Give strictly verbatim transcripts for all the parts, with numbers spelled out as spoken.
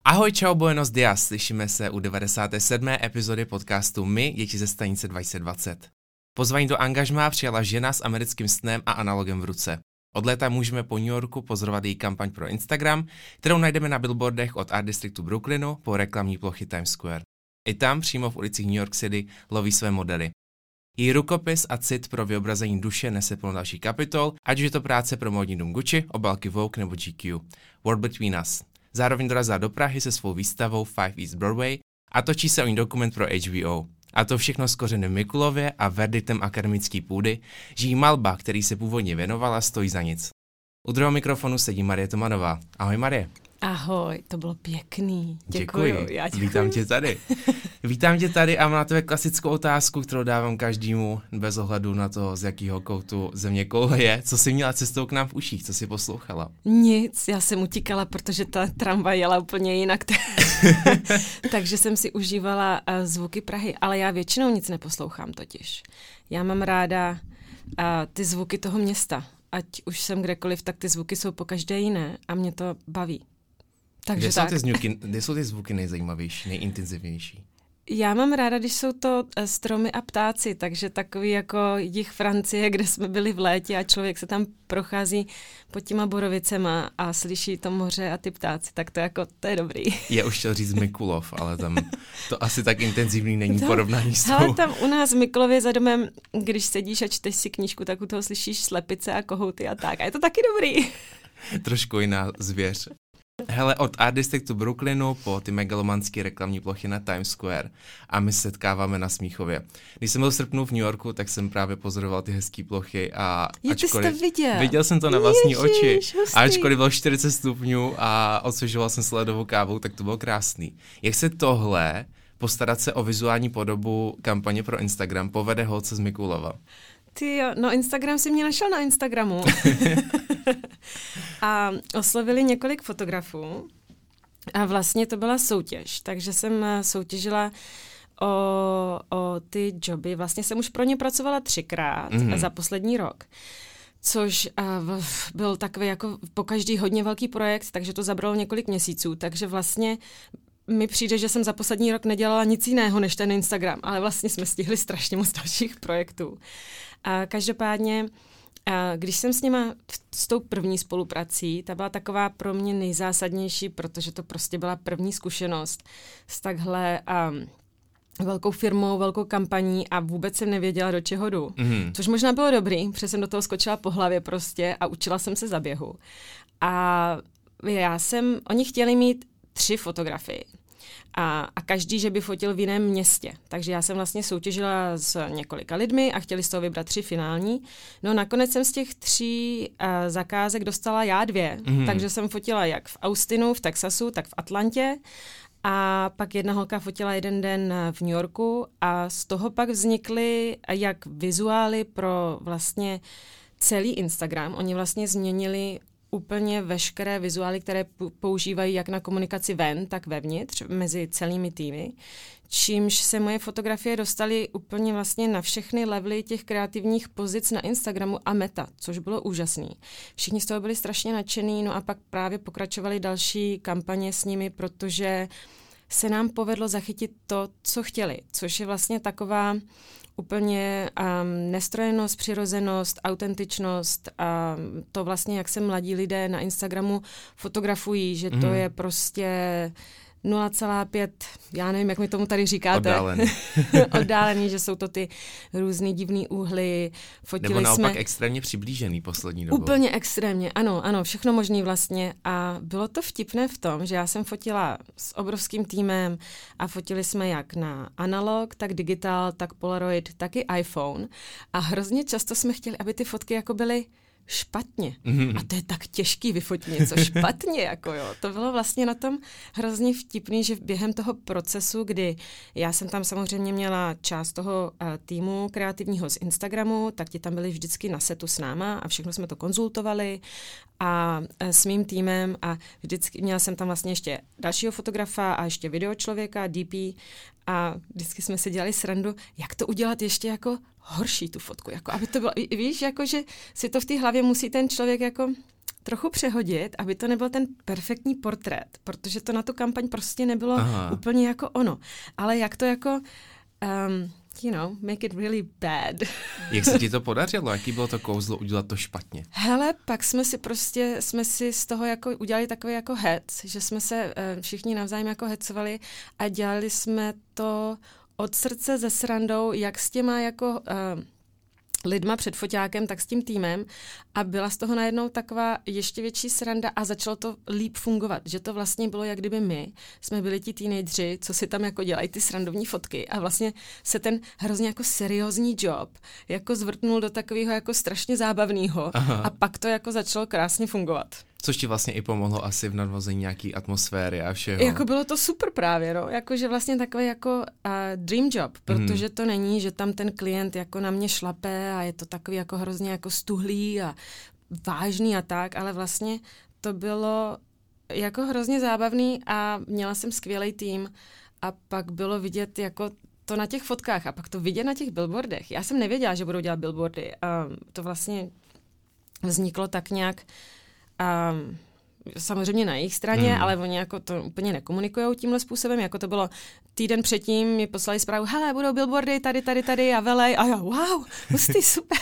Ahoj, čau, buenos dias, slyšíme se u devadesáté sedmé epizody podcastu My, děti ze stanice dvacet dvacet. Pozvání do angažmá přijala žena s americkým snem a analogem v ruce. Od léta můžeme po New Yorku pozorovat její kampaň pro Instagram, kterou najdeme na billboardech od Art Districtu Brooklynu po reklamní plochy Times Square. I tam, přímo v ulicích New York City, loví své modely. Její rukopis a cit pro vyobrazení duše nese plno další kapitol, ať už je to práce pro módní dům Gucci, obálky Vogue nebo G Q. World Between Us. Zároveň dorazila do Prahy se svou výstavou Five East Broadway a točí se o ní dokument pro H B O. A to všechno s kořenem v Mikulově a verdiktem akademické půdy, že jí malba, který se původně věnovala, stojí za nic. U druhého mikrofonu sedí Marie Tomanová. Ahoj, Marie. Ahoj, to bylo pěkný. Děkuji. Děkuji. Já děkuji. Vítám tě tady. Vítám tě tady a mám na tebe klasickou otázku, kterou dávám každému bez ohledu na to, z jakého koutu země koule je. Co jsi měla cestou k nám v uších? Co jsi poslouchala? Nic, já jsem utíkala, protože ta tramvaj jela úplně jinak. Takže jsem si užívala uh, zvuky Prahy, ale já většinou nic neposlouchám totiž. Já mám ráda uh, ty zvuky toho města. Ať už jsem kdekoliv, tak ty zvuky jsou pokaždé jiné a mě to baví. Takže kde, tak. Jsou ty zvuky, kde jsou ty zvuky nejzajímavější, nejintenzivnější? Já mám ráda, když jsou to stromy a ptáci, takže takový jako jih Francie, kde jsme byli v létě a člověk se tam prochází pod těma borovicema a slyší to moře a ty ptáci, tak to jako, to je dobrý. Já už chtěl říct Mikulov, ale tam to asi tak intenzivní není to, porovnání s tou. Ale tam u nás v Mikulově za domem, když sedíš a čteš si knížku, tak u toho slyšíš slepice a kohouty a tak. A je to taky dobrý. Trošku jiná zvěř. Hele, od Art Districtu Brooklynu po ty megalomanské reklamní plochy na Times Square a my se setkáváme na Smíchově. Když jsem byl v srpnu v New Yorku, tak jsem právě pozoroval ty hezké plochy a Je, ačkoliv... ty jsi to viděl. Viděl jsem to na vlastní Ježiš, oči. hustý. A ačkoliv bylo čtyřicet stupňů a osvěžoval jsem se ledovou kávou, tak to bylo krásný. Jak se tohle, postarat se o vizuální podobu kampaně pro Instagram, povede holce z Mikulova? Ty jo, no Instagram si mě našel na Instagramu. A oslovili několik fotografů a vlastně to byla soutěž, takže jsem soutěžila o, o ty joby. Vlastně jsem už pro ně pracovala třikrát mm-hmm. za poslední rok, což uh, byl takový jako pokaždý hodně velký projekt, takže to zabralo několik měsíců, takže vlastně mi přijde, že jsem za poslední rok nedělala nic jiného než ten Instagram, ale vlastně jsme stihli strašně moc dalších projektů. A každopádně, a když jsem s nima s tou první spoluprací, ta byla taková pro mě nejzásadnější, protože to prostě byla první zkušenost s takhle um, velkou firmou, velkou kampaní a vůbec jsem nevěděla, do čeho jdu. Mm-hmm. Což možná bylo dobrý, protože jsem do toho skočila po hlavě prostě a učila jsem se za běhu. A já jsem, oni chtěli mít tři fotografii. A, a každý, že by fotil v jiném městě. Takže já jsem vlastně soutěžila s několika lidmi a chtěli z toho vybrat tři finální. No nakonec jsem z těch tří uh, zakázek dostala já dvě, mm. takže jsem fotila jak v Austinu, v Texasu, tak v Atlantě. A pak jedna holka fotila jeden den v New Yorku a z toho pak vznikly jak vizuály pro vlastně celý Instagram. Oni vlastně změnili úplně veškeré vizuály, které používají jak na komunikaci ven, tak vevnitř, mezi celými týmy, čímž se moje fotografie dostaly úplně vlastně na všechny levely těch kreativních pozic na Instagramu a Meta, což bylo úžasný. Všichni z toho byli strašně nadšený, no a pak právě pokračovaly další kampaně s nimi, protože se nám povedlo zachytit to, co chtěli, což je vlastně taková úplně um, nestrojenost, přirozenost, autentičnost a to vlastně, jak se mladí lidé na Instagramu fotografují, že to mm. je prostě nula celá pět, já nevím, jak mi tomu tady říkáte. Oddálený. Oddálený, že jsou to ty různý divný úhly. Fotili Nebo naopak jsme extrémně přiblížený poslední dobou. Úplně extrémně, ano, ano, všechno možný vlastně. A bylo to vtipné v tom, že já jsem fotila s obrovským týmem a fotili jsme jak na analog, tak digital, tak Polaroid, tak i iPhone. A hrozně často jsme chtěli, aby ty fotky jako byly špatně. Mm-hmm. A to je tak těžký vyfotit něco špatně, jako jo. To bylo vlastně na tom hrozně vtipný, že během toho procesu, kdy já jsem tam samozřejmě měla část toho uh, týmu kreativního z Instagramu, tak ti tam byli vždycky na setu s náma a všechno jsme to konzultovali a uh, s mým týmem a vždycky měla jsem tam vlastně ještě dalšího fotografa a ještě videočlověka, D P a vždycky jsme si dělali srandu, jak to udělat ještě jako horší tu fotku, jako aby to bylo, víš, jako že si to v té hlavě musí ten člověk jako trochu přehodit, aby to nebyl ten perfektní portrét, protože to na tu kampaň prostě nebylo Aha. úplně jako ono. Ale jak to jako, um, you know, make it really bad. Jak se ti to podařilo? Jaký bylo to kouzlo udělat to špatně? Hele, pak jsme si prostě, jsme si z toho jako udělali takový jako hec, že jsme se uh, všichni navzájem jako hecovali a dělali jsme to od srdce se srandou, jak s těma jako uh, lidma před foťákem, tak s tím týmem a byla z toho najednou taková ještě větší sranda a začalo to líp fungovat, že to vlastně bylo, jak kdyby my jsme byli ti teenageři, co si tam jako dělají ty srandovní fotky a vlastně se ten hrozně jako seriózní job jako zvrtnul do takového jako strašně zábavného a pak to jako začalo krásně fungovat. Což ti vlastně i pomohlo asi v nadvození nějaký atmosféry a všeho. Jako bylo to super právě, no. Jakože vlastně takový jako uh, dream job, protože to není, že tam ten klient jako na mě šlape a je to takový jako hrozně jako stuhlý a vážný a tak, ale vlastně to bylo jako hrozně zábavný a měla jsem skvělý tým a pak bylo vidět jako to na těch fotkách a pak to vidět na těch billboardech. Já jsem nevěděla, že budou dělat billboardy a to vlastně vzniklo tak nějak Um, samozřejmě na jejich straně, hmm. ale oni jako to úplně nekomunikujou tímhle způsobem, jako to bylo týden předtím, mi poslali zprávu, hele, budou billboardy tady, tady, tady a velej a já, wow, hustý, super.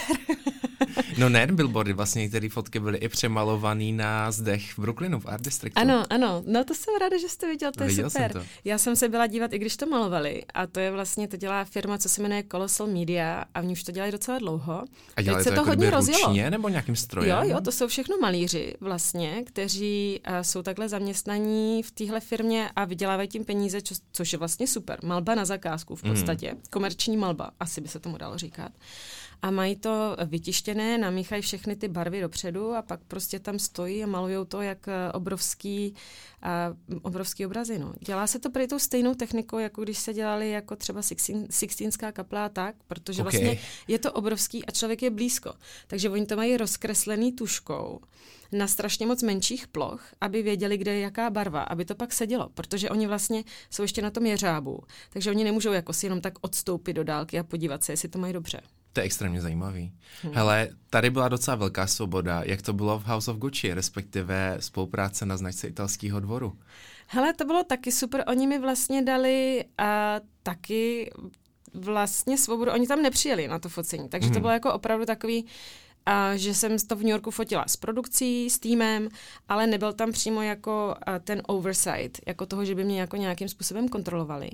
No ne, billboardy, vlastně některé fotky byly i přemalovaný na zdech v Brooklynu, v Art Districtu. Ano, ano, no to jsem ráda, že jste viděl, to je Viděl super. Jsem to. Já jsem se byla dívat, i když to malovali a to je vlastně, to dělá firma, co se jmenuje Colossal Media a oni už to dělají docela dlouho. A dělají se to, to jako hodně rozjelo. Ručně nebo nějakým strojem? Jo, jo, to jsou všechno malíři vlastně, kteří uh, jsou takhle zaměstnaní v téhle firmě a vydělávají tím peníze, čo, což je vlastně super. Malba na zakázku v podstatě. Mm. Komerční malba, asi by se tomu dalo říkat. A mají to vytištěné, namíchají všechny ty barvy dopředu a pak prostě tam stojí a malujou to jak obrovský, uh, obrovský obrazy. No. Dělá se to prý tou stejnou technikou, jako když se dělali jako třeba Sixtínská kapela tak, protože okay. vlastně je to obrovský a člověk je blízko. Takže oni to mají rozkreslený tuškou na strašně moc menších ploch, aby věděli, kde je jaká barva, aby to pak sedělo, protože oni vlastně jsou ještě na tom jeřábu, takže oni nemůžou jako si jenom tak odstoupit do dálky a podívat se, jestli to mají dobře. To je extrémně zajímavý. Hmm. Hele, tady byla docela velká svoboda. Jak to bylo v House of Gucci, respektive spolupráce na značce italského dvoru? Hele, to bylo taky super. Oni mi vlastně dali a taky vlastně svobodu. Oni tam nepřijeli na to focení, takže hmm. to bylo jako opravdu takový, a že jsem to v New Yorku fotila s produkcí, s týmem, ale nebyl tam přímo jako ten oversight, jako toho, že by mě jako nějakým způsobem kontrolovali.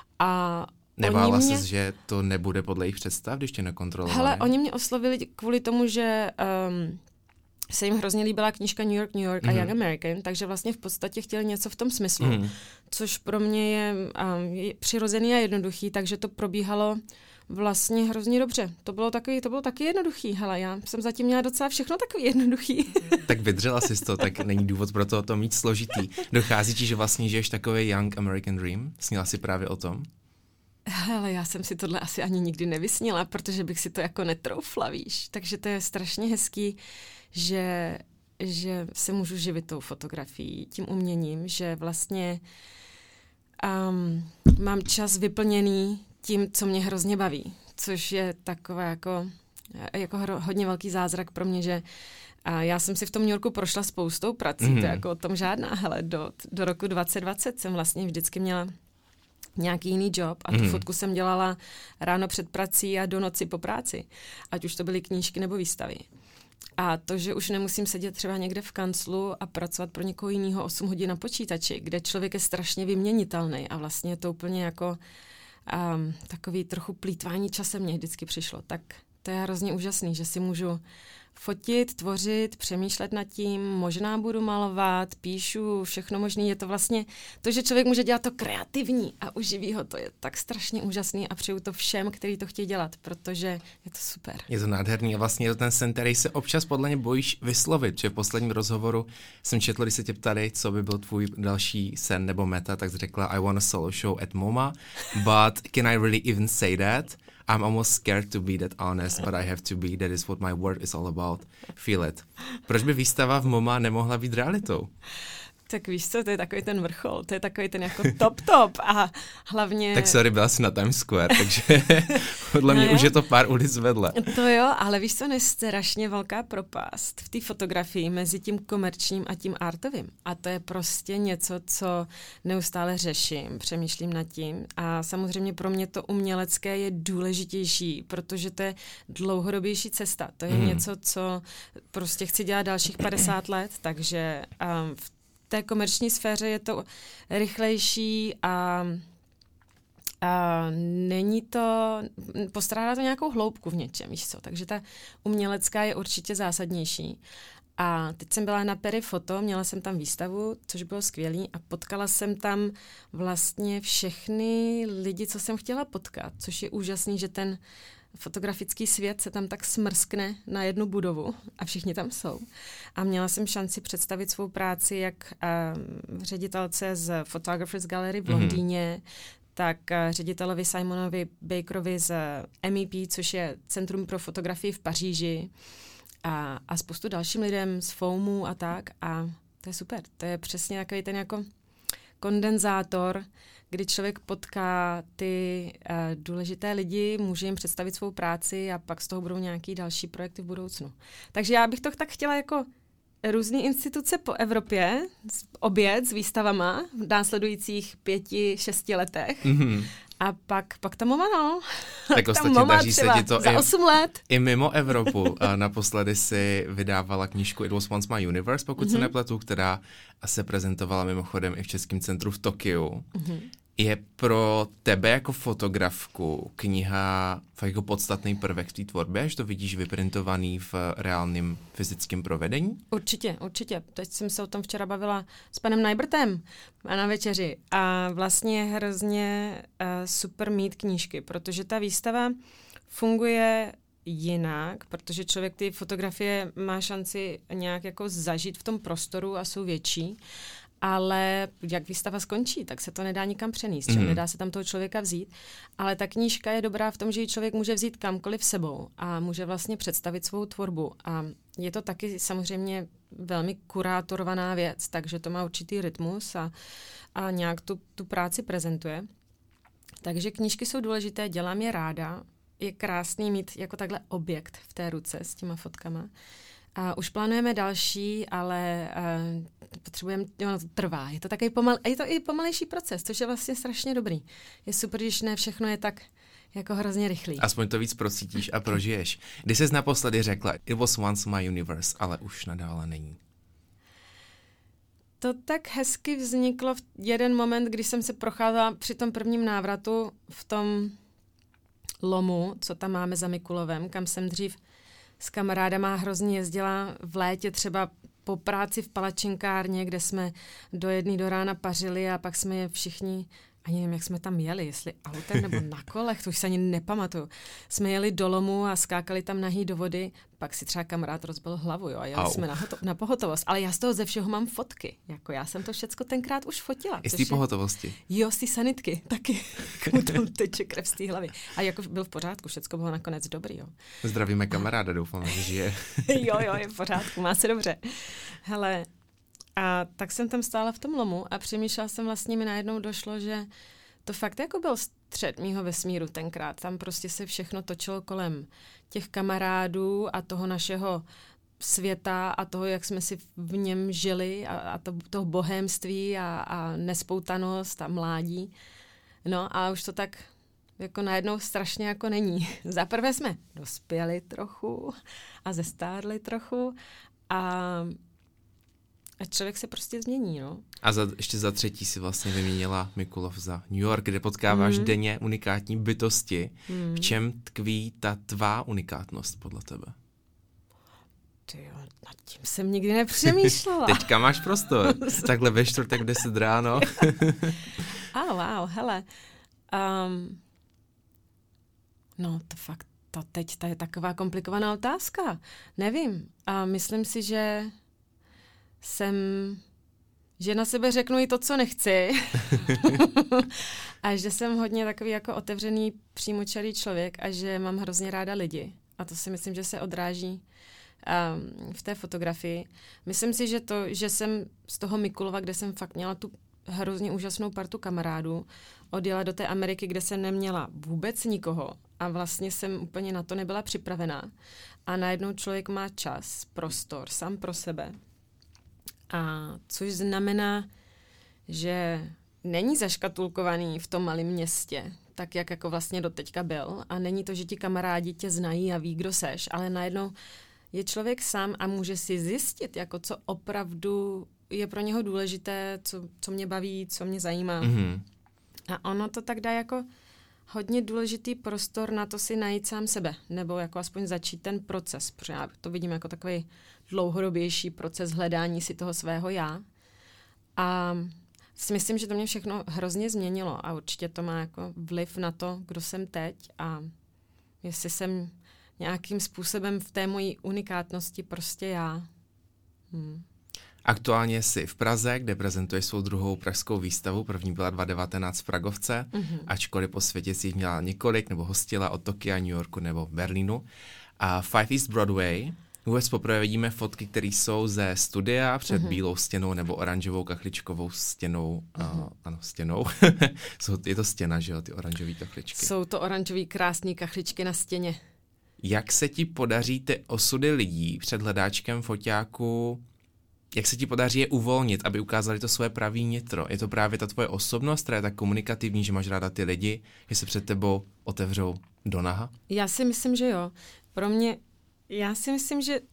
A Nebála mě... ses, že to nebude podle jejich představ, když tě nekontrolovali? Hele, oni mě oslovili kvůli tomu, že um, se jim hrozně líbila knížka New York, New York mm. a Young American, takže vlastně v podstatě chtěli něco v tom smyslu, mm. což pro mě je, um, je přirozený a jednoduchý, takže to probíhalo vlastně hrozně dobře. To bylo taky, to bylo taky jednoduchý. Hele, já jsem zatím měla docela všechno takový jednoduchý. Tak vydržela jsi to, tak není důvod pro to, to mít složitý. Dochází ti, že vlastně žiješ takový Young American Dream? Sněla jsi právě o tom? Hele, já jsem si tohle asi ani nikdy nevysnila, protože bych si to jako netroufla, víš. Takže to je strašně hezký, že, že se můžu živit tou fotografií, tím uměním, že vlastně um, mám čas vyplněný tím, co mě hrozně baví, což je takové jako, jako hro, hodně velký zázrak pro mě, že a já jsem si v tom New Yorku prošla spoustou prací, mm. to je jako o tom žádná, hele, do, do roku dvacet dvacet jsem vlastně vždycky měla nějaký jiný job a tu mm. fotku jsem dělala ráno před prací a do noci po práci, ať už to byly knížky nebo výstavy. A to, že už nemusím sedět třeba někde v kanclu a pracovat pro někoho jiného osm hodin na počítači, kde člověk je strašně vyměnitelný a vlastně je to úplně jako um, takový trochu plýtvání časem mě vždycky přišlo, tak to je hrozně úžasný, že si můžu fotit, tvořit, přemýšlet nad tím, možná budu malovat, píšu, všechno možný. Je to vlastně to, že člověk může dělat to kreativní a uživí ho, to je tak strašně úžasný a přeju to všem, kteří to chtějí dělat, protože je to super. Je to nádherný a vlastně je to ten sen, který se občas podle mě bojíš vyslovit, že v posledním rozhovoru jsem četl, když se tě ptali, co by byl tvůj další sen nebo meta, tak jsi řekla I want a solo show at MoMA, but can I really even say that? I'm almost scared to be that honest, but I have to be. That is what my work is all about. Feel it. Proč by výstava v MoMA nemohla být realitou? Tak víš co, to je takový ten vrchol, to je takový ten jako top top a hlavně... Tak sorry, byla jsi na Times Square, takže podle mě no už je to pár ulic vedle. To jo, ale víš co, je strašně velká propast v té fotografii mezi tím komerčním a tím artovým. A to je prostě něco, co neustále řeším, přemýšlím nad tím. A samozřejmě pro mě to umělecké je důležitější, protože to je dlouhodobější cesta. To je hmm. něco, co prostě chci dělat dalších padesát let, takže um, v té komerční sféře je to rychlejší a, a není to, postrádá to nějakou hloubku v něčem, víš co, takže ta umělecká je určitě zásadnější. A teď jsem byla na Perry Photo, měla jsem tam výstavu, což bylo skvělý a potkala jsem tam vlastně všechny lidi, co jsem chtěla potkat, což je úžasný, že ten fotografický svět se tam tak smrskne na jednu budovu a všichni tam jsou. A měla jsem šanci představit svou práci jak uh, ředitelce z Photographers Gallery v Londýně, mm-hmm. tak uh, ředitelovi Simonovi Bakerovi z M E P, což je Centrum pro fotografii v Paříži a, a spoustu dalším lidem z FOMu a tak. A to je super. To je přesně takový ten jako kondenzátor, kdy člověk potká ty uh, důležité lidi, může jim představit svou práci a pak z toho budou nějaký další projekty v budoucnu. Takže já bych to tak chtěla jako různé instituce po Evropě, obět s výstavama v následujících pěti, šesti letech. Mm-hmm. A pak, pak ta MoMA, no. Tak ostatně daří se ti to za i, osm let. i mimo Evropu. A naposledy si vydávala knížku It Was Once My Universe, pokud mm-hmm. se nepletu, která se prezentovala mimochodem i v Českém centru v Tokiu. Mm-hmm. Je pro tebe jako fotografku kniha jako podstatný prvek v té tvorbě, že to vidíš vyprintovaný v reálném fyzickém provedení? Určitě, určitě. Teď jsem se o tom včera bavila s panem Najbrtem a na večeři. A vlastně je hrozně uh, super mít knížky, protože ta výstava funguje jinak, protože člověk ty fotografie má šanci nějak jako zažít v tom prostoru a jsou větší. Ale jak výstava skončí, tak se to nedá nikam přenést, mm. nedá se tam toho člověka vzít. Ale ta knížka je dobrá v tom, že ji člověk může vzít kamkoliv sebou a může vlastně představit svou tvorbu. A je to taky samozřejmě velmi kurátorovaná věc, takže to má určitý rytmus a, a nějak tu, tu práci prezentuje. Takže knížky jsou důležité, dělám je ráda. Je krásný mít jako takhle objekt v té ruce s těma fotkama. A už plánujeme další, ale uh, potřebujeme, no, to trvá. Je to takový pomal, je to i pomalejší proces, což je vlastně strašně dobrý. Je super, když ne všechno je tak jako hrozně rychlý. Aspoň to víc procítíš a prožiješ. Kdy jsi naposledy řekla, it was once my universe, ale už nadále není? To tak hezky vzniklo v jeden moment, kdy jsem se procházela při tom prvním návratu v tom lomu, co tam máme za Mikulovem, kam jsem dřív s kamarádama hrozně jezdila v létě třeba po práci v palačinkárně, kde jsme do jedné do rána pařili a pak jsme je všichni, ani nevím, jak jsme tam jeli, jestli autem nebo na kolech, to už se ani nepamatuju. Jsme jeli do lomu a skákali tam nahý do vody, pak si třeba kamarád rozbil hlavu, jo, a jeli Au. jsme na, hoto- na pohotovost. Ale já z toho ze všeho mám fotky, jako já jsem to všecko tenkrát už fotila. I z té pohotovosti? Jo, z té sanitky, taky. Komu tam teče krev z té hlavy. A jako byl v pořádku, všecko bylo nakonec dobrý, jo. Zdravíme kamaráda, doufám, že žije. jo, jo, je v pořádku, má se dobře. Hele, a tak jsem tam stála v tom lomu a přemýšlela jsem, vlastně mi najednou došlo, že to fakt jako byl střed mýho vesmíru tenkrát. Tam prostě se všechno točilo kolem těch kamarádů a toho našeho světa a toho, jak jsme si v něm žili a, a to, toho bohémství a, a nespoutanost a mládí. No a už to tak jako najednou strašně jako není. Za prvé jsme dospěli trochu a zestárli trochu a A člověk se prostě změní, no. A za, ještě za třetí si vlastně vyměnila Mikulov za New York, kde potkáváš mm. denně unikátní bytosti. Mm. V čem tkví ta tvá unikátnost podle tebe? Tyjo, nad tím jsem nikdy nepřemýšlela. Teďka máš prostor. Takhle ve čtvrtek deset ráno. A oh, wow, hele. Um, no to fakt, to teď to je taková komplikovaná otázka. Nevím. A myslím si, že jsem, že na sebe řeknu i to, co nechci. A že jsem hodně takový jako otevřený, přímočarý člověk a že mám hrozně ráda lidi. A to si myslím, že se odráží um, v té fotografii. Myslím si, že to, že jsem z toho Mikulova, kde jsem fakt měla tu hrozně úžasnou partu kamarádů, odjela do té Ameriky, kde jsem neměla vůbec nikoho a vlastně jsem úplně na to nebyla připravená. A najednou člověk má čas, prostor, sám pro sebe. A což znamená, že není zaškatulkovaný v tom malém městě, tak jak jako vlastně doteďka byl. A není to, že ti kamarádi tě znají a ví, kdo seš, ale najednou je člověk sám a může si zjistit, jako co opravdu je pro něho důležité, co, co mě baví, co mě zajímá. Mm-hmm. A ono to tak dá jako hodně důležitý prostor na to si najít sám sebe, nebo jako aspoň začít ten proces, protože já to vidím jako takový dlouhodobější proces hledání si toho svého já. A si myslím, že to mě všechno hrozně změnilo a určitě to má jako vliv na to, kdo jsem teď a jestli jsem nějakým způsobem v té mojí unikátnosti prostě já. Hmm. Aktuálně jsi v Praze, kde prezentuješ svou druhou pražskou výstavu. První byla dva tisíce devatenáct v Pragovce, mm-hmm. ačkoliv po světě si jich měla několik, nebo hostila od Tokia, New Yorku nebo Berlínu. A Five East Broadway. Vůbec poprvé vidíme fotky, které jsou ze studia před mm-hmm. bílou stěnou nebo oranžovou kachličkovou stěnou. Mm-hmm. Uh, ano, stěnou. Je to stěna, že jo, ty oranžové kachličky. Jsou to oranžové krásné kachličky na stěně. Jak se ti podaří ty osudy lidí před hledáčkem foťáku, jak se ti podaří je uvolnit, aby ukázali to svoje pravý nitro? Je to právě ta tvoje osobnost, která je tak komunikativní, že máš ráda ty lidi, že se před tebou otevřou do naha? Já si myslím, že jo. Pro mě, já si myslím, že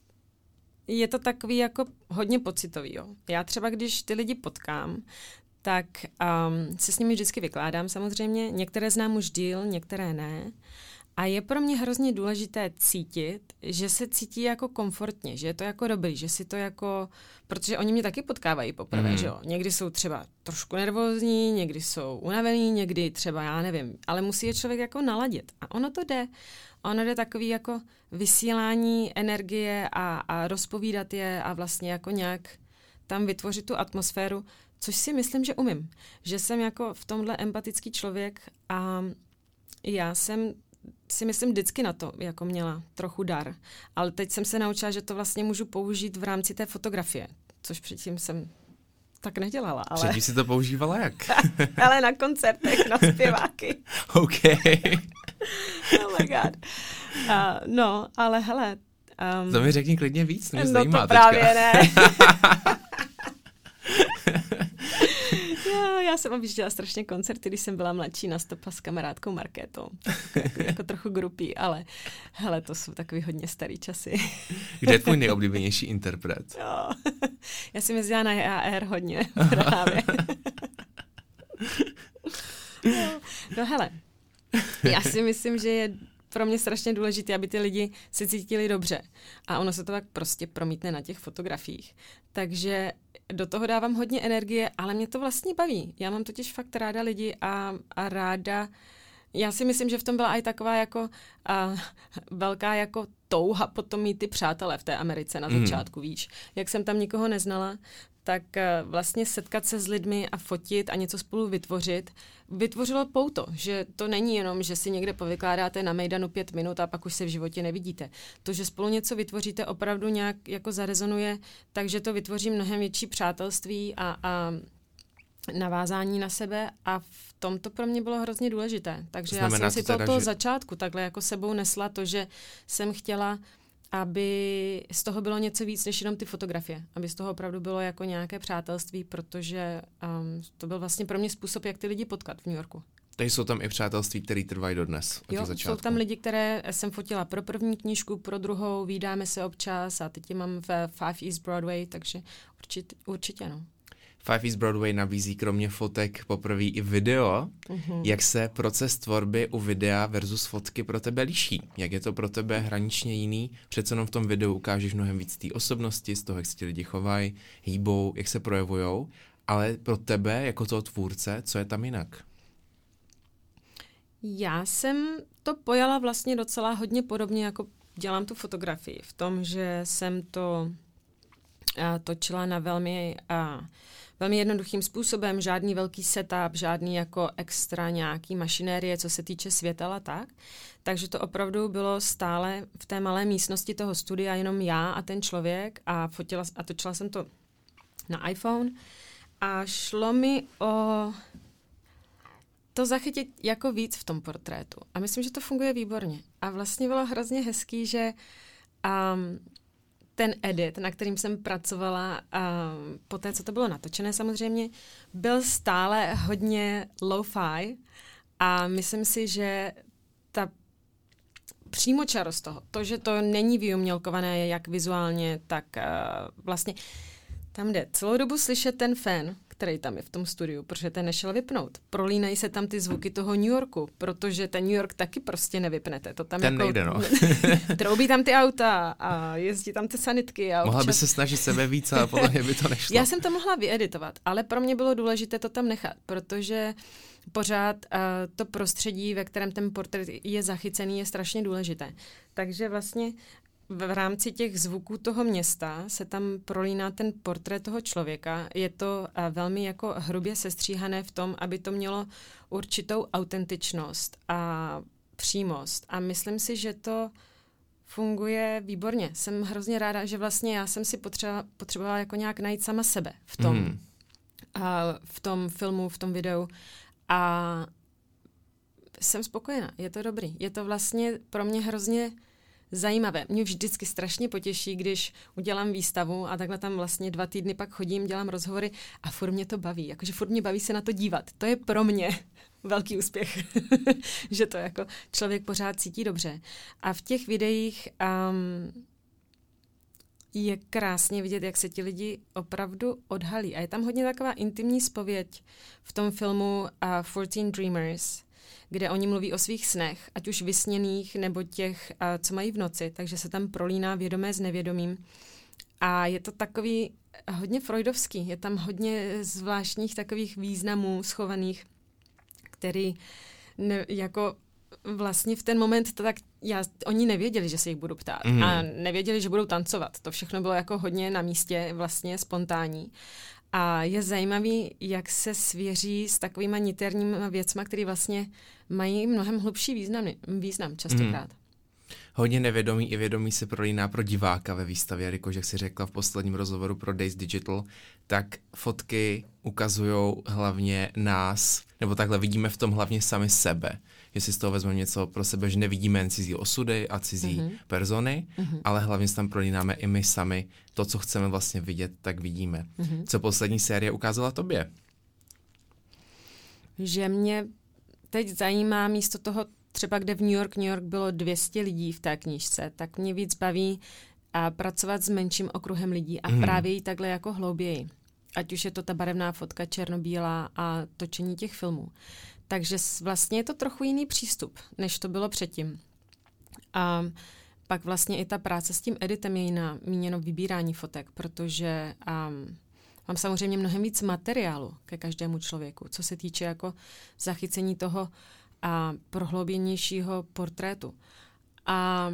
je to takový jako hodně pocitový, jo. Já třeba, když ty lidi potkám, tak um, se s nimi vždycky vykládám samozřejmě. Některé znám už díl, některé ne. A je pro mě hrozně důležité cítit, že se cítí jako komfortně, že je to jako dobrý, že si to jako, protože oni mě taky potkávají poprvé, mm. že jo. Někdy jsou třeba trošku nervózní, někdy jsou unavení, někdy třeba, já nevím, ale musí je člověk jako naladit. A ono to jde. Ono jde takový jako vysílání energie a, a rozpovídat je a vlastně jako nějak tam vytvořit tu atmosféru, což si myslím, že umím. Že jsem jako v tomhle empatický člověk a já jsem si myslím vždycky na to, jako měla trochu dar. Ale teď jsem se naučila, že to vlastně můžu použít v rámci té fotografie, což předtím jsem tak nedělala. Ale... Předtím si to používala jak? Ale na koncertech, na zpěváky. OK. Oh my god. Uh, no, ale hele. Um, to mi řekni klidně víc, mě no zajímá to právě teďka. ne. Já, já jsem objížděla strašně koncerty, když jsem byla mladší na stopa s kamarádkou Markétou. Jako, jako trochu grupí, ale hele, to jsou takový hodně starý časy. Kde je tvůj nejoblíbenější interpret? Jo. Já jsem jezdila na J A R hodně právě. no, no hele, já si myslím, že je pro mě strašně důležité, aby ty lidi se cítili dobře. A ono se to tak prostě promítne na těch fotografiích. Takže do toho dávám hodně energie, ale mě to vlastně baví. Já mám totiž fakt ráda lidi a, a ráda... Já si myslím, že v tom byla i taková jako a, velká jako touha potom mít ty přátelé v té Americe na začátku, mm. víš. Jak jsem tam nikoho neznala, tak a, vlastně setkat se s lidmi a fotit a něco spolu vytvořit, vytvořilo pouto, že to není jenom, že si někde povykládáte na mejdanu pět minut a pak už se v životě nevidíte. To, že spolu něco vytvoříte, opravdu nějak jako zarezonuje, takže to vytvoří mnohem větší přátelství a, a navázání na sebe a v tom to pro mě bylo hrozně důležité. Takže já jsem si to od toho že... začátku takhle jako sebou nesla to, že jsem chtěla, aby z toho bylo něco víc než jenom ty fotografie. Aby z toho opravdu bylo jako nějaké přátelství, protože um, to byl vlastně pro mě způsob, jak ty lidi potkat v New Yorku. Takže jsou tam i přátelství, které trvají dodnes od jo, těch začátku. Jsou tam lidi, které jsem fotila pro první knížku, pro druhou, vídáme se občas a teď je mám v Five East Broadway, takže určitě, určitě no. Five East Broadway nabízí kromě fotek poprvé i video. Mm-hmm. Jak se proces tvorby u videa versus fotky pro tebe liší? Jak je to pro tebe hraničně jiný? Přece jenom v tom videu ukážeš mnohem víc té osobnosti, z toho, jak se ti lidi chovají, hýbou, jak se projevujou. Ale pro tebe, jako toho tvůrce, co je tam jinak? Já jsem to pojala vlastně docela hodně podobně, jako dělám tu fotografii. V tom, že jsem to a točila na velmi, a, velmi jednoduchým způsobem, žádný velký setup, žádný jako extra nějaký mašinérie, co se týče světel a tak. Takže to opravdu bylo stále v té malé místnosti toho studia jenom já a ten člověk a fotila a točila jsem to na iPhone a šlo mi o to zachytit jako víc v tom portrétu. A myslím, že to funguje výborně. A vlastně bylo hrozně hezký, že um, ten edit, na kterým jsem pracovala um, po té, co to bylo natočené samozřejmě, byl stále hodně lo-fi a myslím si, že ta přímočarost toho, to, že to není vyumělkované jak vizuálně, tak uh, vlastně tam jde celou dobu slyšet ten fan, který tam je v tom studiu, protože ten nešel vypnout. Prolínají se tam ty zvuky toho New Yorku, protože ten New York taky prostě nevypnete. To tam ten jako, nejde, no. Troubí tam ty auta a jezdí tam ty sanitky. A mohla občas... by se snažit sebe víc, ale podle mě by to nešlo. Já jsem to mohla vyeditovat, ale pro mě bylo důležité to tam nechat, protože pořád uh, to prostředí, ve kterém ten portrét je zachycený, je strašně důležité. Takže vlastně v rámci těch zvuků toho města se tam prolíná ten portrét toho člověka. Je to uh, velmi jako hrubě sestříhané v tom, aby to mělo určitou autentičnost a přímost. A myslím si, že to funguje výborně. Jsem hrozně ráda, že vlastně já jsem si potřeba, potřebovala jako nějak najít sama sebe v tom, mm. uh, v tom filmu, v tom videu. A jsem spokojená. Je to dobrý. Je to vlastně pro mě hrozně zajímavé. Mě vždycky strašně potěší, když udělám výstavu a takhle tam vlastně dva týdny pak chodím, dělám rozhovory a furt mě to baví. Jakože furt mě baví se na to dívat. To je pro mě velký úspěch, že to jako člověk pořád cítí dobře. A v těch videích um, je krásně vidět, jak se ti lidi opravdu odhalí. A je tam hodně taková intimní zpověď v tom filmu uh, fourteen Dreamers, kde oni mluví o svých snech, ať už vysněných, nebo těch, uh, co mají v noci, takže se tam prolíná vědomé s nevědomým. A je to takový hodně freudovský, je tam hodně zvláštních takových významů schovaných, který ne, jako vlastně v ten moment to tak, já, oni nevěděli, že se jich budu ptát mm. a nevěděli, že budou tancovat. To všechno bylo jako hodně na místě, vlastně spontánní. A je zajímavý, jak se svěří s takovýma niterníma věcma, které vlastně mají mnohem hlubší význam, význam častokrát. Mm. Hodně nevědomí i vědomí se prolíná pro diváka ve výstavě, jelikož, jak si řekla v posledním rozhovoru pro Days Digital, tak fotky ukazujou hlavně nás, nebo takhle vidíme v tom hlavně sami sebe. Že si z toho vezmeme něco pro sebe, že nevidíme jen cizí osudy a cizí mm-hmm. persony, mm-hmm. ale hlavně se tam prolínáme i my sami. To, co chceme vlastně vidět, tak vidíme. Mm-hmm. Co poslední série ukázala tobě? Že mě teď zajímá místo toho, třeba kde v New York, New York bylo dvě stě lidí v té knížce, tak mě víc baví a pracovat s menším okruhem lidí a mm. právě jí takhle jako hlouběji. Ať už je to ta barevná fotka černobílá a točení těch filmů. Takže vlastně je to trochu jiný přístup, než to bylo předtím. A pak vlastně i ta práce s tím editem je jiná, míněno vybírání fotek, protože um, mám samozřejmě mnohem víc materiálu ke každému člověku, co se týče jako zachycení toho a prohlouběnějšího portrétu. A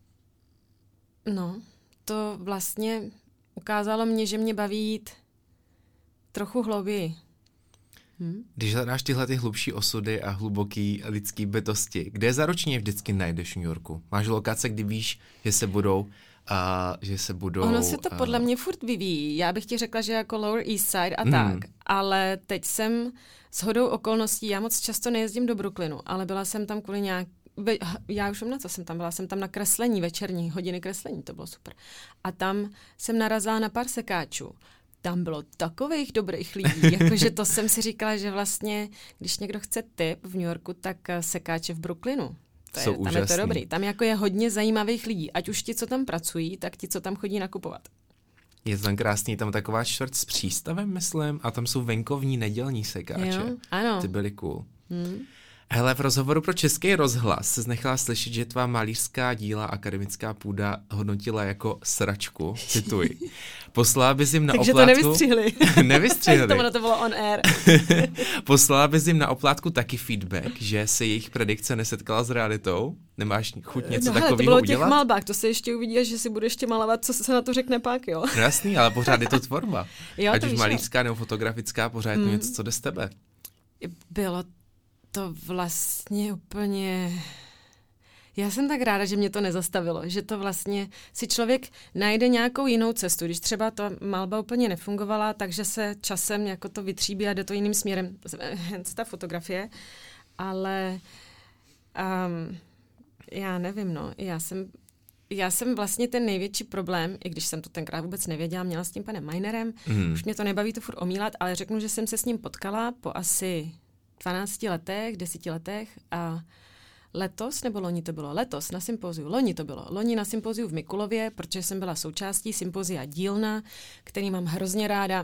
no, to vlastně ukázalo mě, že mě baví jít trochu hlouběji. Hm? Když hledáš tyhle ty hlubší osudy a hluboký lidský bytosti, kde zaručeně vždycky najdeš v New Yorku? Máš lokace, kdy víš, že se budou a že se budou... Ono se to uh... podle mě furt vyvíjí. Já bych ti řekla, že jako Lower East Side a mm. tak, ale teď jsem shodou okolností, já moc často nejezdím do Brooklynu, ale byla jsem tam kvůli nějak... Já už vím, na co jsem tam byla. Jsem tam na kreslení, večerní hodiny kreslení, to bylo super. A tam jsem narazila na pár sekáčů. Tam bylo takových dobrých lidí, jakože to jsem si říkala, že vlastně, když někdo chce tip v New Yorku, tak sekáče v Brooklynu. To je, tam je to dobrý. Tam jako je hodně zajímavých lidí. Ať už ti, co tam pracují, tak ti, co tam chodí nakupovat. Je tam krásný, tam taková čtvrť s přístavem, myslím, a tam jsou venkovní nedělní sekáče. Jo, ano. Ty byly cool. Hmm. Hele, v rozhovoru pro Český rozhlas se nechala slyšet, že tvá malířská díla akademická půda hodnotila jako sračku, cituji. Poslala bys jim na Takže oplátku... Takže to nevystřihli. nevystřihli. to, to bylo on air. Poslala bys jim na oplátku taky feedback, že se jejich predikce nesetkala s realitou? Nemáš chuť něco no, takového udělat? To bylo těch malbách, to se ještě uvidí, že si budeš ještě malovat, co se na to řekne pak, jo? No jasný, ale pořád je to tvorba. jo, Ať to už víš, malířská nebo fotografická, pořád je to mm. něco, co jde z tebe. Bylo to vlastně úplně... Já jsem tak ráda, že mě to nezastavilo, že to vlastně si člověk najde nějakou jinou cestu, když třeba ta malba úplně nefungovala, takže se časem jako to vytříbí a jde to jiným směrem, ta fotografie, ale um, já nevím, no, já jsem, já jsem vlastně ten největší problém, i když jsem to tenkrát vůbec nevěděla, měla s tím panem Minerem, mm. už mě to nebaví to furt omílat, ale řeknu, že jsem se s ním potkala po asi dvanácti letech, deseti letech a letos, nebo loni to bylo? Letos na sympoziu. Loni to bylo. Loni na sympoziu v Mikulově, protože jsem byla součástí sympozia Dílna, který mám hrozně ráda.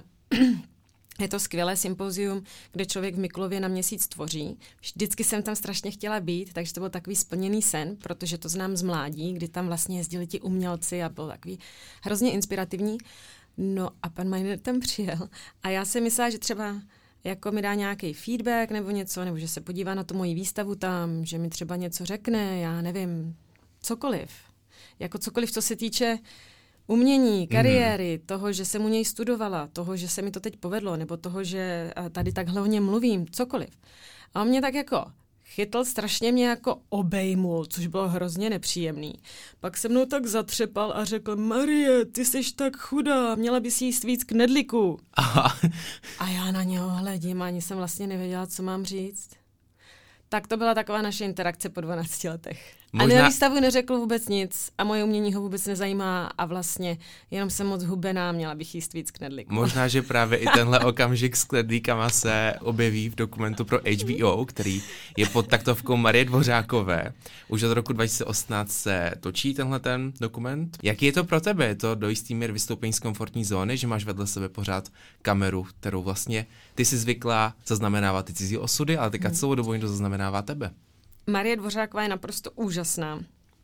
Je to skvělé sympozium, kde člověk v Mikulově na měsíc tvoří. Vždycky jsem tam strašně chtěla být, takže to byl takový splněný sen, protože to znám z mládí, kdy tam vlastně jezdili ti umělci a bylo takový hrozně inspirativní. No a pan Miner tam přijel a já si myslela, že třeba jako mi dá nějaký feedback nebo něco, nebo že se podívá na tu moji výstavu tam, že mi třeba něco řekne, já nevím, cokoliv. Jako cokoliv, co se týče umění, kariéry, mm. toho, že jsem u něj studovala, toho, že se mi to teď povedlo, nebo toho, že tady takhle o něm mluvím, cokoliv. A on mě tak jako chytl, strašně mě jako obejmul, což bylo hrozně nepříjemný. Pak se mnou tak zatřepal a řekl, Marie, ty jsi tak chudá, měla bys jíst víc knedlíků. Aha. A já na něho hledím, ani jsem vlastně nevěděla, co mám říct. Tak to byla taková naše interakce po dvanácti letech. Možná... A na výstavu neřekl vůbec nic a moje umění ho vůbec nezajímá a vlastně jenom jsem moc hubená, měla bych jíst víc knedlíků. Možná, že právě i tenhle okamžik s knedlíkama se objeví v dokumentu pro H B O, který je pod taktovkou Marie Dvořákové. Už od roku dva tisíce osmnáct se točí tenhle ten dokument. Jaký je to pro tebe? Je to do jistý míry vystoupení z komfortní zóny, že máš vedle sebe pořád kameru, kterou vlastně ty jsi zvyklá zaznamenávat ty cizí osudy, ale teďka celou dobu to zaznamenává tebe. Marie Dvořáková je naprosto úžasná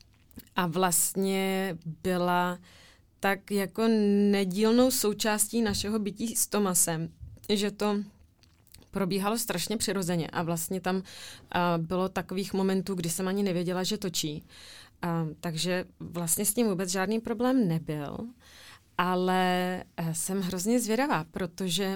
a vlastně byla tak jako nedílnou součástí našeho bytí s Tomasem, že to probíhalo strašně přirozeně a vlastně tam uh, bylo takových momentů, kdy jsem ani nevěděla, že točí. Uh, takže vlastně s tím vůbec žádný problém nebyl, ale uh, jsem hrozně zvědavá, protože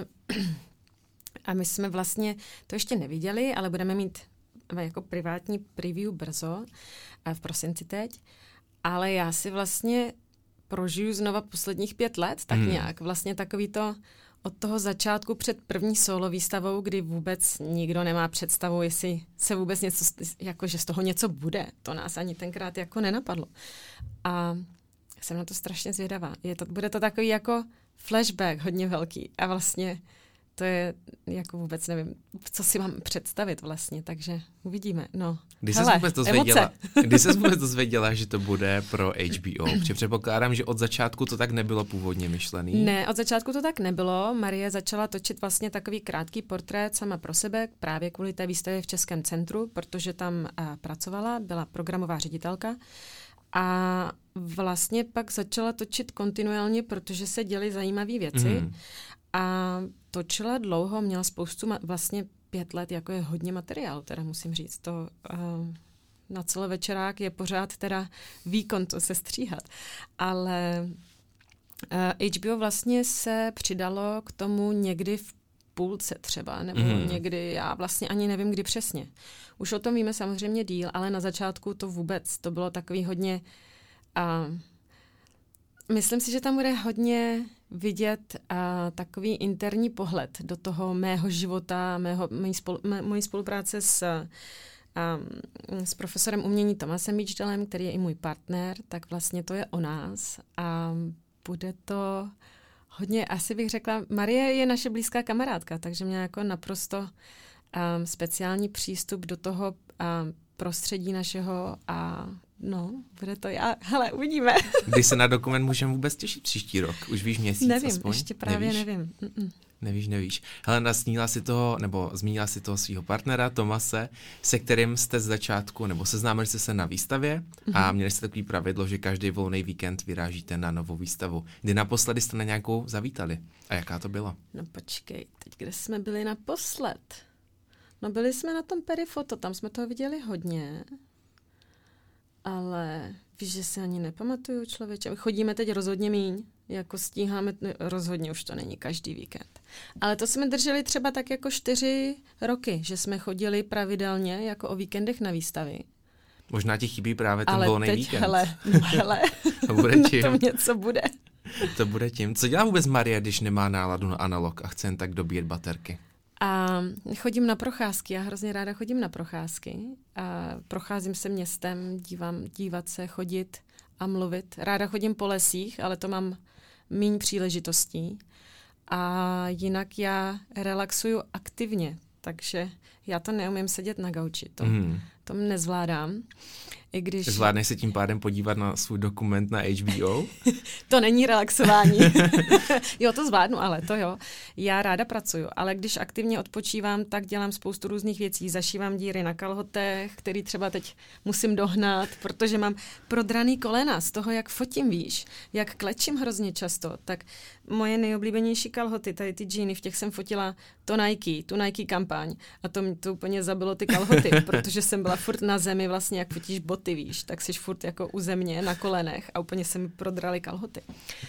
a my jsme vlastně to ještě neviděli, ale budeme mít jako privátní preview brzo, v prosinci teď, ale já si vlastně prožiju znova posledních pět let, tak hmm. nějak. Vlastně takový to od toho začátku před první solo výstavou, kdy vůbec nikdo nemá představu, jestli se vůbec něco, jako že z toho něco bude. To nás ani tenkrát jako nenapadlo. A jsem na to strašně zvědavá. Je to, bude to takový jako flashback hodně velký a vlastně to je, jako vůbec nevím, co si mám představit vlastně, takže uvidíme, no. Kdy jsi vůbec dozvěděla, kdy jsi vůbec dozvěděla, že to bude pro H B O? Protože předpokládám, že od začátku to tak nebylo původně myšlený. Ne, od začátku to tak nebylo. Marie začala točit vlastně takový krátký portrét sama pro sebe, právě kvůli té výstavě v Českém centru, protože tam uh, pracovala, byla programová ředitelka. A vlastně pak začala točit kontinuálně, protože se děly zajímavé věci. Mm. A točila dlouho, měla spoustu, ma- vlastně pět let, jako je hodně materiálu, teda musím říct. To uh, na celý večerák je pořád teda výkon to se stříhat. Ale uh, H B O vlastně se přidalo k tomu někdy v půlce třeba, nebo mm. někdy, já vlastně ani nevím, kdy přesně. Už o tom víme samozřejmě díl, ale na začátku to vůbec, to bylo takový hodně... Uh, myslím si, že tam bude hodně vidět uh, takový interní pohled do toho mého života, mého, mojí, spolu, mé, mojí spolupráce s, um, s profesorem umění Tomasem Beachdalem, který je i můj partner, tak vlastně to je o nás a bude to hodně, asi bych řekla, Marie je naše blízká kamarádka, takže měla jako naprosto um, speciální přístup do toho um, prostředí našeho a no, bude to já. Hele, uvidíme. Kdy se na dokument můžeme vůbec těšit příští rok? Už víš měsíc nevím, aspoň? ještě právě Nevíš? nevím. Mm-mm. Nevíš, nevíš. Helena, snila si toho, nebo zmínila si toho svého partnera Tomase, se kterým jste z začátku, nebo seznámili jste se na výstavě mm-hmm. a měli jste takový pravidlo, že každý volný víkend vyrážíte na novou výstavu. Kdy naposledy jste na nějakou zavítali? A jaká to byla? No počkej, teď kde jsme byli naposled? No byli jsme na tom Perifoto, tam jsme toho viděli hodně, ale víš, že si ani nepamatuju, člověče. Chodíme teď rozhodně míň, jako stíháme, rozhodně už to není každý víkend. Ale to jsme drželi třeba tak jako čtyři roky, že jsme chodili pravidelně jako o víkendech na výstavy. Možná ti chybí právě ten ale volný teď, víkend. hele, no hele, to bude tím. Na tom něco bude. To bude tím. Co dělá vůbec Marie, když nemá náladu na analog a chce jen tak dobíjet baterky? A chodím na procházky, já hrozně ráda chodím na procházky. A procházím se městem, dívám, dívat se, chodit a mluvit. Ráda chodím po lesích, ale to mám míň příležitostí. A jinak já relaxuju aktivně, takže já to neumím sedět na gauči, to, mm. to nezvládám. I když... Zvládneš se tím pádem podívat na svůj dokument na H B O? To není relaxování. Jo, to zvládnu, ale to jo. Já ráda pracuju, ale když aktivně odpočívám, tak dělám spoustu různých věcí. Zašívám díry na kalhotech, který třeba teď musím dohnat, protože mám prodraný kolena z toho, jak fotím, víš, jak klečím hrozně často. Tak moje nejoblíbenější kalhoty, tady ty džíny, v těch jsem fotila to Nike, tu Nike kampaň a to mě to úplně zabilo ty kalhoty, protože jsem byla furt na zemi, vlastně jak fotíš boty, víš, tak jsi furt jako u země na kolenech a úplně se mi prodraly kalhoty.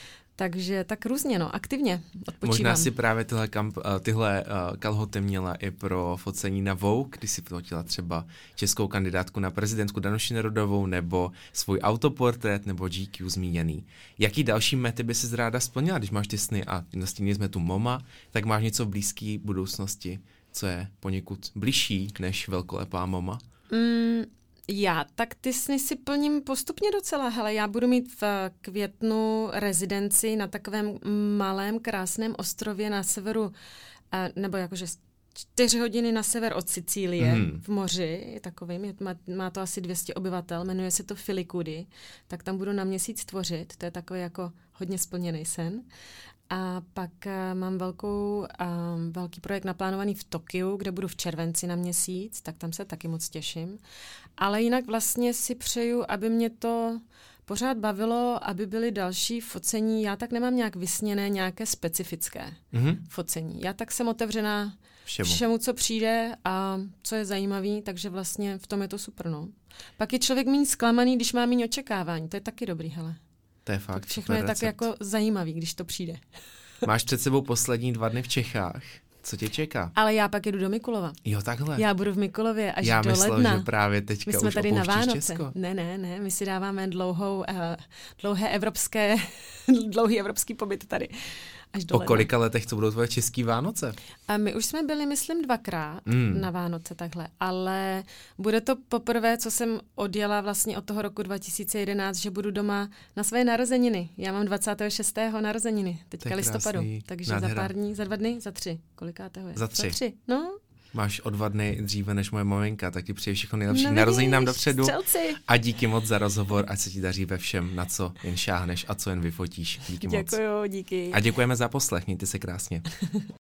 Takže tak různě, no, aktivně odpočívám. Možná si právě tyhle, kamp, tyhle uh, kalhoty měla i pro focení na Vogue, kdy si fotila třeba českou kandidátku na prezidentku Danuši Nerudovou, nebo svůj autoportrét, nebo G Q zmíněný. Jaký další mety by si ráda splnila, když máš ty sny a nastínili jsme tu MoMA, tak máš něco v blízké budoucnosti, co je poněkud bližší než velkolepá MoMA? Mm. Já, tak ty sny si plním postupně docela. Hele, já budu mít v květnu rezidenci na takovém malém, krásném ostrově na severu, nebo jakože čtyři hodiny na sever od Sicílie, mm. v moři, takovým, má, má to asi dvě stě obyvatel, jmenuje se to Filicudi, tak tam budu na měsíc tvořit, to je takový jako hodně splněný sen. A pak uh, mám velkou, um, velký projekt naplánovaný v Tokiu, kde budu v červenci na měsíc, tak tam se taky moc těším. Ale jinak vlastně si přeju, aby mě to pořád bavilo, aby byly další focení. Já tak nemám nějak vysněné, nějaké specifické mm-hmm. focení. Já tak jsem otevřená všemu. všemu, co přijde a co je zajímavý, takže vlastně v tom je to super, no. Pak je člověk méně zklamaný, když má méně očekávání. To je taky dobrý, hele. To je fakt tak všechno je recept. Tak jako zajímavý, když to přijde. Máš před sebou poslední dva dny v Čechách. Co tě čeká? Ale já pak jedu do Mikulova. Jo, takhle. Já budu v Mikulově až já do myslel, ledna. že právě teďka my jsme už tady na Vánoce. Česko. Ne, ne, ne, my si dáváme dlouhou, uh, dlouhé evropské, dlouhý evropský pobyt tady. Až do po ledna. kolika letech to budou tvoje český Vánoce? A my už jsme byli, myslím, dvakrát mm. na Vánoce takhle, ale bude to poprvé, co jsem odjela vlastně od toho roku dva tisíce jedenáct, že budu doma na své narozeniny. Já mám dvacátého šestého narozeniny, teďka listopadu, takže nádhera. Za pár dní, za dva dny, za tři. Kolikátého je? Za tři. Za tři, no. Máš o dva dny dříve než moje maminka, tak ti přeji všechno nejlepší no, narozeninám dopředu. Střelci. A díky moc za rozhovor, ať se ti daří ve všem, na co jen šáhneš a co jen vyfotíš. Díky moc. Děkuju, díky. A děkujeme za poslech, mějte se krásně.